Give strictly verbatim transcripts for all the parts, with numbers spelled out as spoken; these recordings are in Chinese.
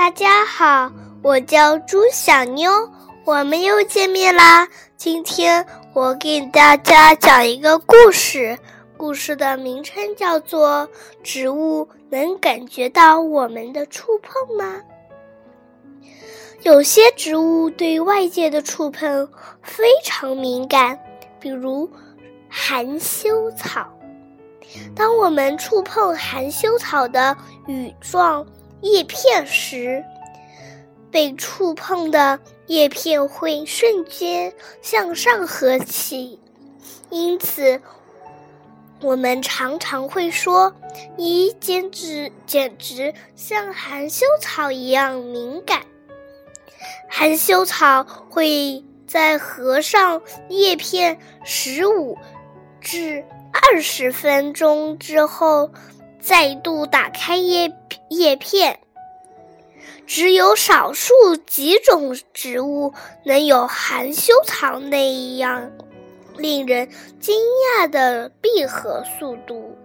大家好，我叫朱小妞，我们又见面啦。今天我给大家讲一个故事，故事的名称叫做《植物能感觉到我们的触碰吗？》有些植物对外界的触碰非常敏感，比如含羞草。当我们触碰含羞草的羽状叶片时，被触碰的叶片会瞬间向上合起，因此我们常常会说，你简直简直像含羞草一样敏感。含羞草会在合上叶片十五至二十分钟之后再度打开叶叶片。只有少数几种植物能有含羞草那样令人惊讶的闭合速度。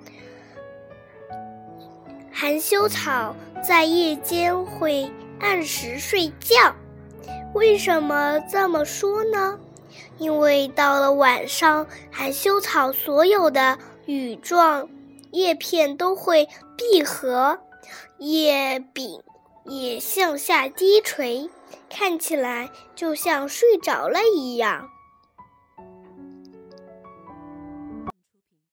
含羞草在夜间会按时睡觉，为什么这么说呢？因为到了晚上，含羞草所有的羽状叶片都会闭合，叶柄也向下低垂，看起来就像睡着了一样。